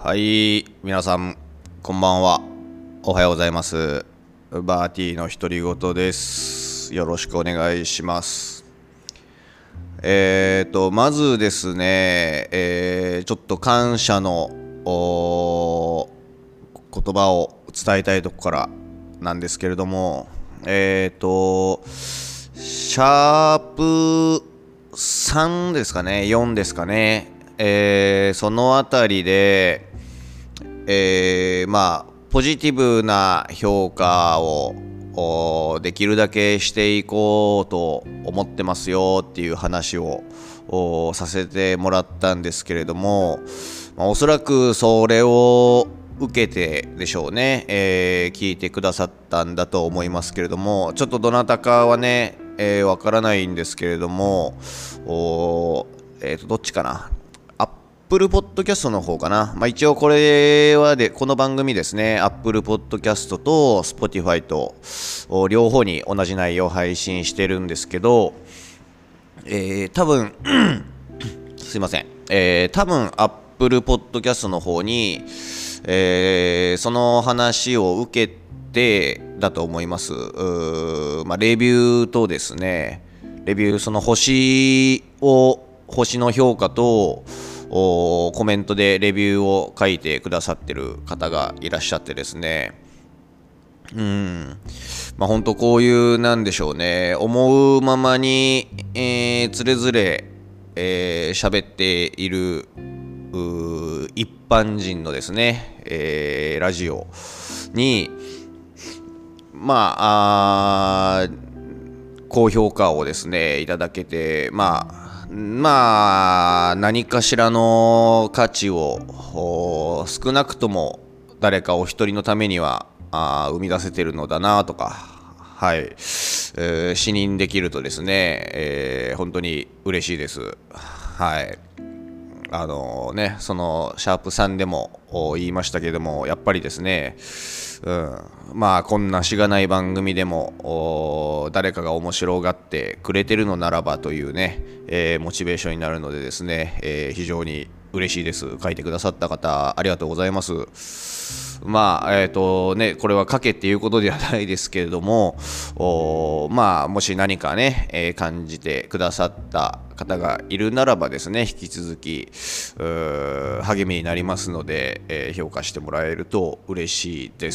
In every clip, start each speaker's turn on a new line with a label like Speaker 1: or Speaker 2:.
Speaker 1: はい、皆さん、こんばんは。おはようございます。バーティーの独り言です。よろしくお願いします。まずですね、ちょっと感謝の言葉を伝えたいとこからなんですけれども、シャープ3ですかね、4ですかね、そのあたりで、ポジティブな評価をできるだけしていこうと思ってますよっていう話をさせてもらったんですけれども、おそらくそれを受けてでしょうね、聞いてくださったんだと思いますけれども、ちょっとどなたかはね、わからないんですけれども、どっちかな、Apple Podcast の方かな。一応これはこの番組ですね、Apple Podcast と Spotify と両方に同じ内容を配信してるんですけど、多分すいません、多分 Apple Podcast の方に、その話を受けてだと思います。レビューとですね、その星の評価とコメントでレビューを書いてくださってる方がいらっしゃってですね、本当こういうなんでしょうね、思うままに、つれづれ喋っている一般人のですね、ラジオに高評価をですねいただけて、何かしらの価値を少なくとも誰かお一人のためには生み出せてるのだなとか、はい、視認できるとですね、本当に嬉しいです。はい。そのシャープ3でも言いましたけれども、やっぱりですね、こんなしがない番組でも誰かが面白がってくれてるのならばというね、モチベーションになるのでですね、非常に嬉しいです。書いてくださった方ありがとうございます。これは書けっていうことではないですけれども、もし何かね、感じてくださった方がいるならばですね、引き続き励みになりますので、評価してもらえると嬉しいです。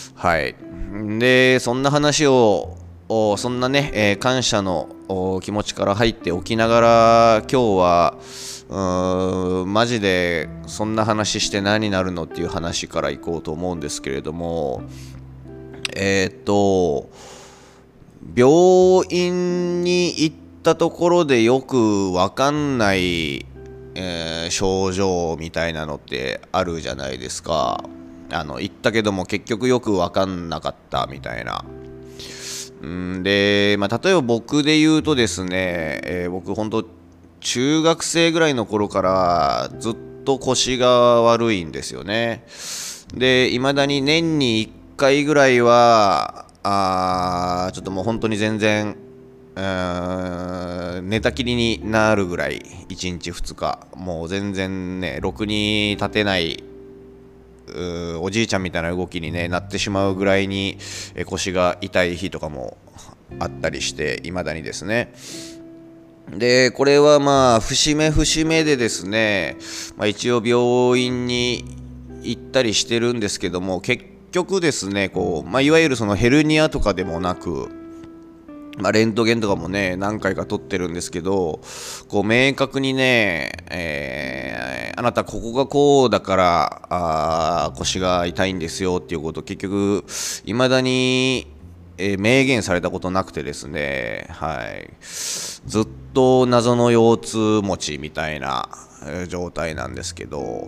Speaker 1: はい。で、そんな話をそんなね、感謝の気持ちから入っておきながら、今日はマジでそんな話して何になるのっていう話からいこうと思うんですけれども、病院に行ったところでよくわかんない、症状みたいなのってあるじゃないですか。行ったけども結局よくわかんなかったみたいな。で、例えば僕で言うとですね、僕本当中学生ぐらいの頃からずっと腰が悪いんですよね。で、未だに年に1回ぐらいはちょっともう本当に全然寝たきりになるぐらい、1日2日もう全然ね、ろくに立てないおじいちゃんみたいな動きに、なってしまうぐらいに腰が痛い日とかもあったりして、未だにですね。で、これは節目節目でですね、一応病院に行ったりしてるんですけども、結局ですね、いわゆるそのヘルニアとかでもなく、レントゲンとかもね、何回か撮ってるんですけど、明確にね、あなたここがこうだから腰が痛いんですよっていうことを結局未だに、明言されたことなくてですね、はい、ずっと謎の腰痛持ちみたいな状態なんですけど、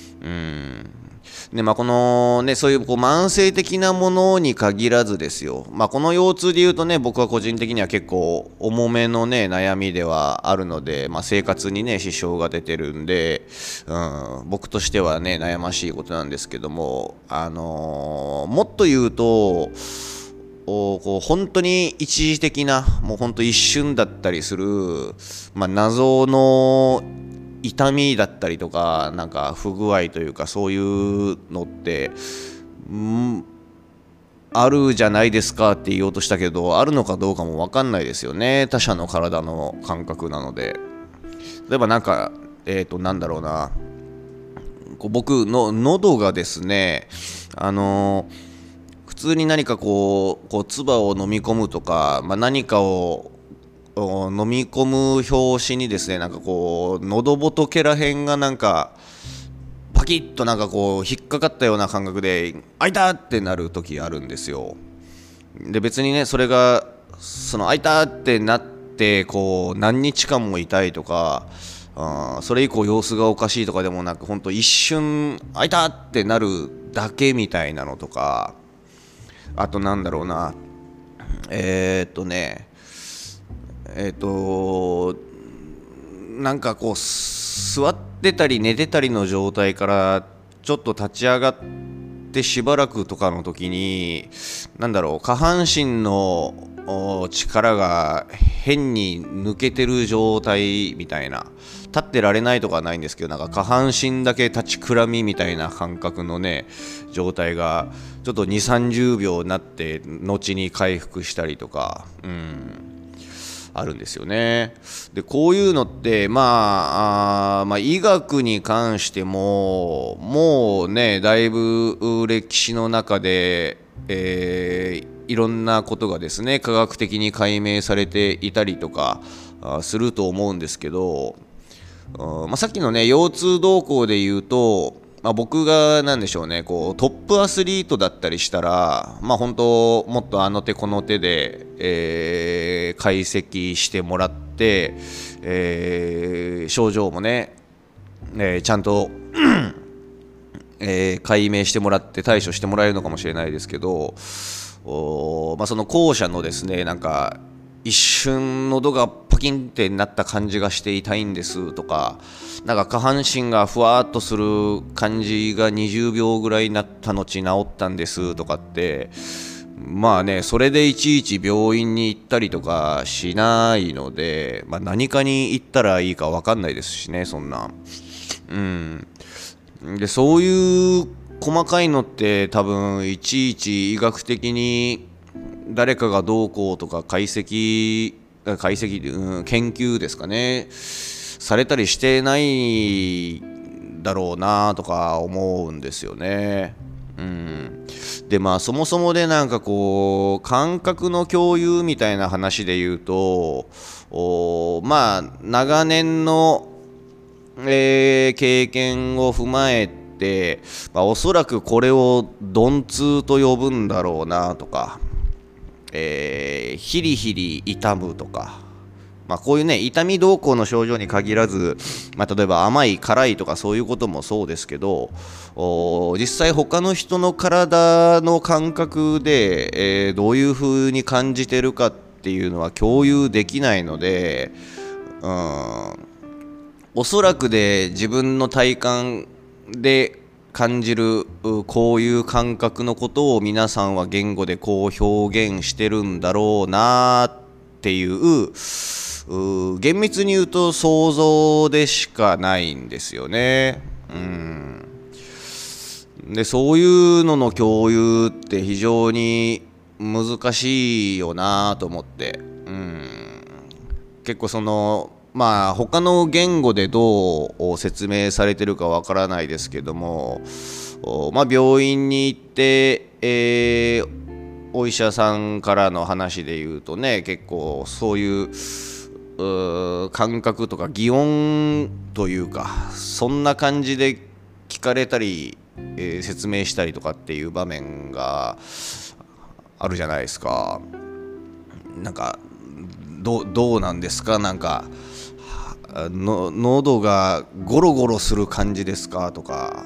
Speaker 1: でこのね、そういう慢性的なものに限らずですよ、この腰痛で言うとね、僕は個人的には結構重めのね悩みではあるので、生活にね支障が出てるんで、僕としてはね悩ましいことなんですけども、もっと言うと本当に一時的な、もう本当一瞬だったりする、謎の痛みだったりとか、なんか不具合というか、そういうのって、あるじゃないですかって言おうとしたけど、あるのかどうかも分かんないですよね。他者の体の感覚なので。例えばなんか、なんだろうな、僕の喉がですね、普通に何か唾を飲み込むとか、何かを飲み込む拍子にですね、なんか喉仏らへんがなんかパキッとなんか引っかかったような感覚で開いたってなる時あるんですよ。で別にね、それが開いたってなって何日間も痛いとか、それ以降様子がおかしいとかでもなく、本当一瞬開いたってなるだけみたいなのとか、あとなんだろうな、なんか座ってたり寝てたりの状態からちょっと立ち上がってしばらくとかの時に、なんだろう、下半身の力が変に抜けてる状態みたいな、立ってられないとかはないんですけど、なんか下半身だけ立ちくらみみたいな感覚のね状態がちょっと2、30秒になって後に回復したりとか、あるんですよね。でこういうのって医学に関してももうねだいぶ歴史の中で、いろんなことがですね科学的に解明されていたりとかすると思うんですけど、さっきのね腰痛動向で言うと、僕がなんでしょうね、トップアスリートだったりしたら、本当もっとあの手この手で、解析してもらって、症状もね、ちゃんと解明してもらって対処してもらえるのかもしれないですけど、その後者のですね、なんか一瞬喉がパキンってなった感じがして痛いんですとか、なんか下半身がふわーっとする感じが20秒ぐらいになった後治ったんですとかって、それでいちいち病院に行ったりとかしないので、何かに行ったらいいか分かんないですしね、そんな。でそういう細かいのって多分いちいち医学的に誰かがどうこうとか研究ですかね、されたりしてないだろうなとか思うんですよね。でそもそもでなんか感覚の共有みたいな話で言うと、長年の経験を踏まえて、おそらくこれを鈍痛と呼ぶんだろうなとか、ヒリヒリ痛むとか、こういうね痛み動向の症状に限らず、例えば甘い辛いとかそういうこともそうですけど、実際他の人の体の感覚で、どういう風に感じてるかっていうのは共有できないので、おそらくで自分の体感で感じるこういう感覚のことを皆さんは言語でこう表現してるんだろうなっていう厳密に言うと想像でしかないんですよね。でそういうのの共有って非常に難しいよなと思って、結構他の言語でどう説明されてるかわからないですけども、病院に行って、お医者さんからの話で言うとね、結構そういう感覚とか擬音というかそんな感じで聞かれたり、説明したりとかっていう場面があるじゃないですか。なんかどうなんですか、なんか喉がゴロゴロする感じですかとか、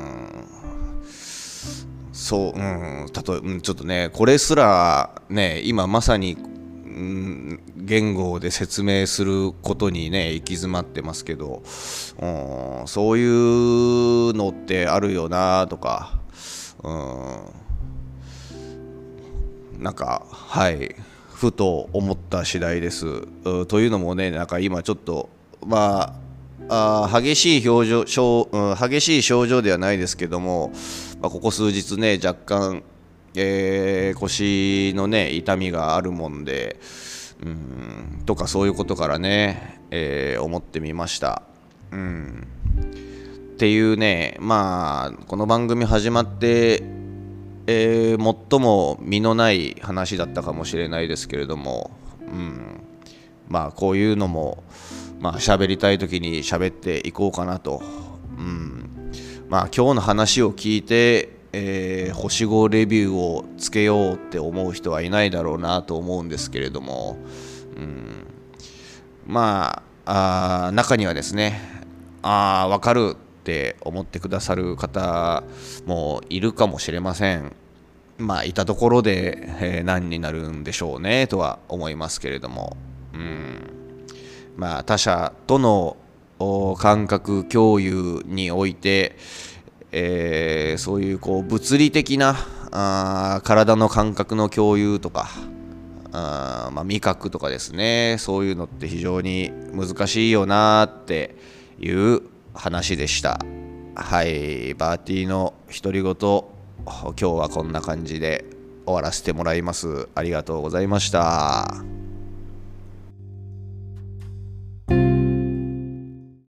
Speaker 1: そう、例えばちょっとねこれすらね今まさに、言語で説明することにね行き詰まってますけど、そういうのってあるよなとか、なんかふと思った次第です。というのもね、なんか今ちょっと激しい激しい症状ではないですけども、ここ数日ね若干、腰のね痛みがあるもんでとかそういうことからね、思ってみました。っていうね、この番組始まって、最も身のない話だったかもしれないですけれども、こういうのも喋りたい時に喋っていこうかなと。今日の話を聞いて、星5レビューをつけようって思う人はいないだろうなと思うんですけれども、中にはですね、分かるって思ってくださる方もいるかもしれません。いたところで、何になるんでしょうねとは思いますけれども、他者との感覚共有において、そういう物理的な体の感覚の共有とか味覚とかですね、そういうのって非常に難しいよなっていう話でした。はい、バーティーの独り言、今日はこんな感じで終わらせてもらいます。ありがとうございました。